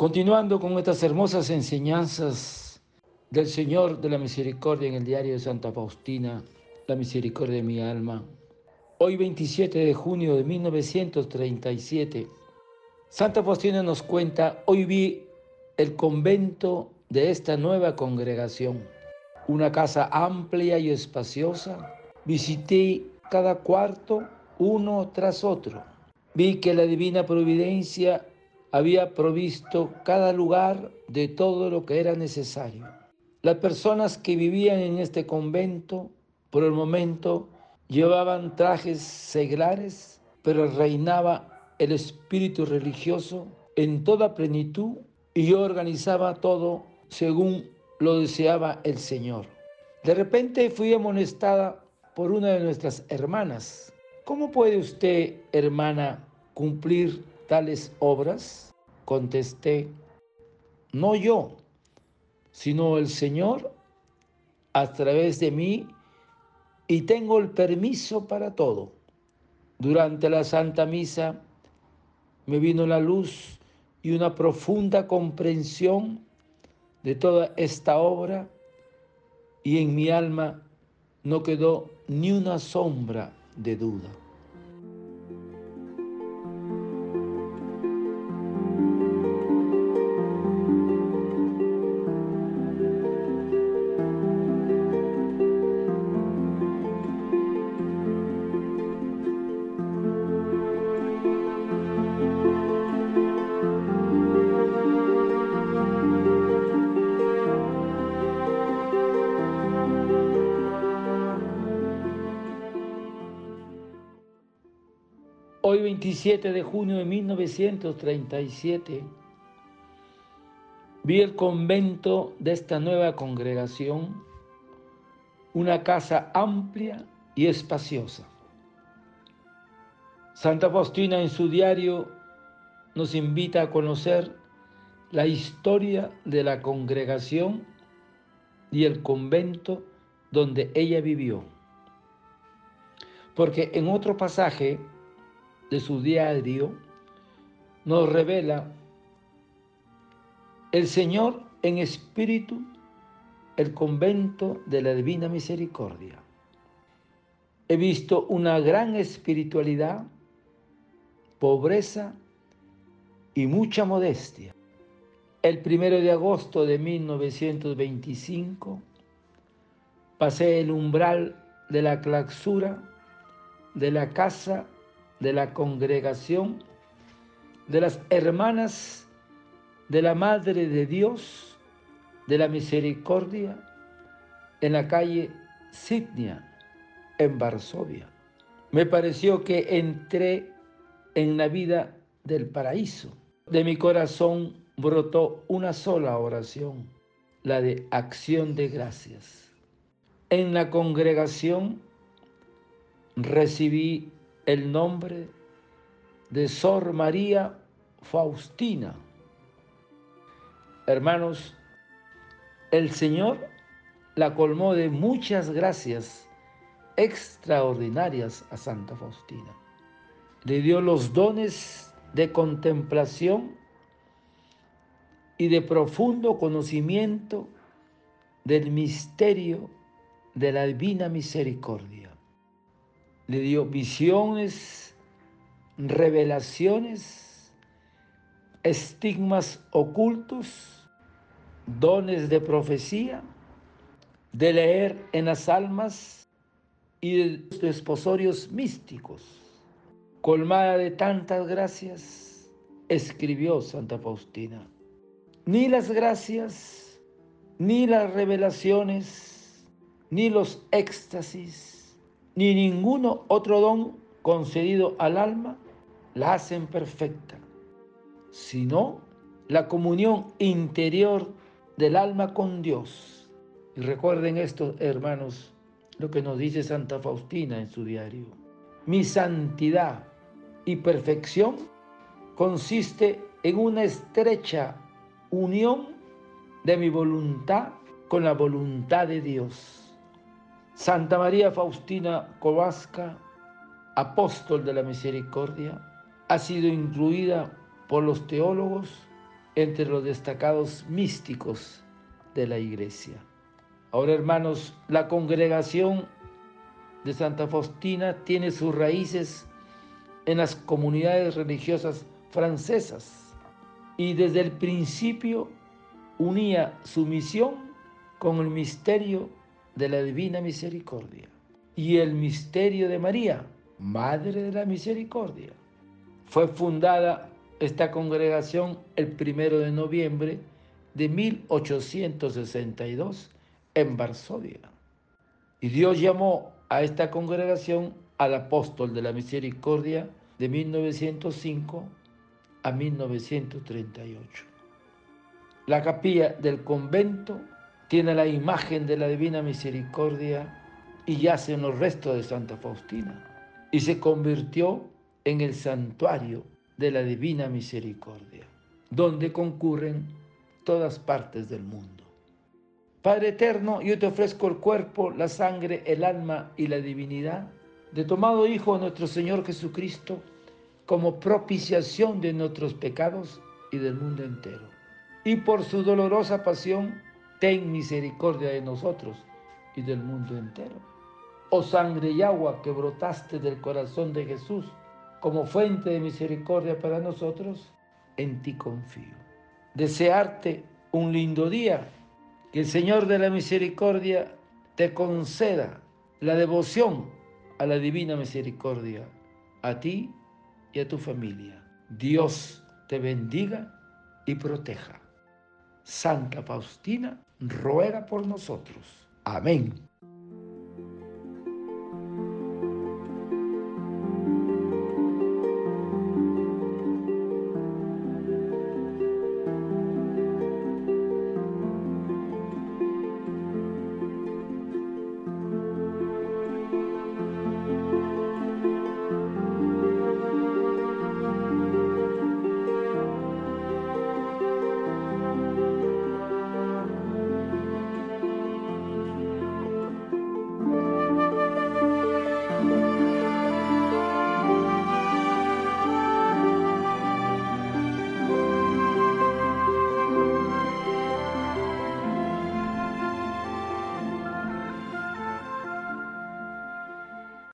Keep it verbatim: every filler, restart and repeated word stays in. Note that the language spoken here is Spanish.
Continuando con estas hermosas enseñanzas del Señor de la Misericordia en el diario de Santa Faustina, la misericordia de mi alma. Hoy veintisiete de junio de mil novecientos treinta y siete, Santa Faustina nos cuenta: hoy vi el convento de esta nueva congregación, una casa amplia y espaciosa. Visité cada cuarto uno tras otro. Vi que la divina providencia había provisto cada lugar de todo lo que era necesario. Las personas que vivían en este convento, por el momento, llevaban trajes seglares, pero reinaba el espíritu religioso en toda plenitud y yo organizaba todo según lo deseaba el Señor. De repente fui amonestada por una de nuestras hermanas. ¿Cómo puede usted, hermana, cumplir tales obras? Contesté: no yo, sino el Señor a través de mí, y tengo el permiso para todo. Durante la Santa Misa me vino la luz y una profunda comprensión de toda esta obra, y en mi alma no quedó ni una sombra de duda. Hoy veintisiete de junio de mil novecientos treinta y siete, vi el convento de esta nueva congregación, una casa amplia y espaciosa. Santa Faustina en su diario nos invita a conocer la historia de la congregación y el convento donde ella vivió. Porque en otro pasaje de su diario nos revela: el Señor en espíritu, el convento de la Divina Misericordia. He visto una gran espiritualidad, pobreza y mucha modestia. El primero de agosto de mil novecientos veinticinco pasé el umbral de la clausura de la casa de la congregación de las hermanas de la Madre de Dios de la Misericordia en la calle Sidnia, en Varsovia. Me pareció que entré en la vida del paraíso. De mi corazón brotó una sola oración, la de acción de gracias. En la congregación recibí el nombre de Sor María Faustina. Hermanos, el Señor la colmó de muchas gracias extraordinarias a Santa Faustina. Le dio los dones de contemplación y de profundo conocimiento del misterio de la Divina Misericordia. Le dio visiones, revelaciones, estigmas ocultos, dones de profecía, de leer en las almas y de desposorios místicos. Colmada de tantas gracias, escribió Santa Faustina: ni las gracias, ni las revelaciones, ni los éxtasis, ni ninguno otro don concedido al alma la hacen perfecta, sino la comunión interior del alma con Dios. Y recuerden esto, hermanos, lo que nos dice Santa Faustina en su diario: mi santidad y perfección consiste en una estrecha unión de mi voluntad con la voluntad de Dios. Santa María Faustina Kowalska, apóstol de la misericordia, ha sido incluida por los teólogos entre los destacados místicos de la Iglesia. Ahora, hermanos, la congregación de Santa Faustina tiene sus raíces en las comunidades religiosas francesas y desde el principio unía su misión con el misterio de la Divina Misericordia y el misterio de María, Madre de la Misericordia. Fue fundada esta congregación el primero de noviembre de mil ochocientos sesenta y dos en Varsovia. Y Dios llamó a esta congregación al apóstol de la misericordia de mil novecientos cinco a mil novecientos treinta y ocho. La capilla del convento tiene la imagen de la Divina Misericordia y yace en los restos de Santa Faustina y se convirtió en el santuario de la Divina Misericordia, donde concurren todas partes del mundo. Padre eterno, yo te ofrezco el cuerpo, la sangre, el alma y la divinidad de tu amado Hijo, nuestro Señor Jesucristo, como propiciación de nuestros pecados y del mundo entero. Y por su dolorosa pasión, ten misericordia de nosotros y del mundo entero. Oh sangre y agua que brotaste del corazón de Jesús como fuente de misericordia para nosotros, en ti confío. Desearte un lindo día, que el Señor de la Misericordia te conceda la devoción a la Divina Misericordia, a ti y a tu familia. Dios te bendiga y proteja. Santa Faustina ruega por nosotros. Amén.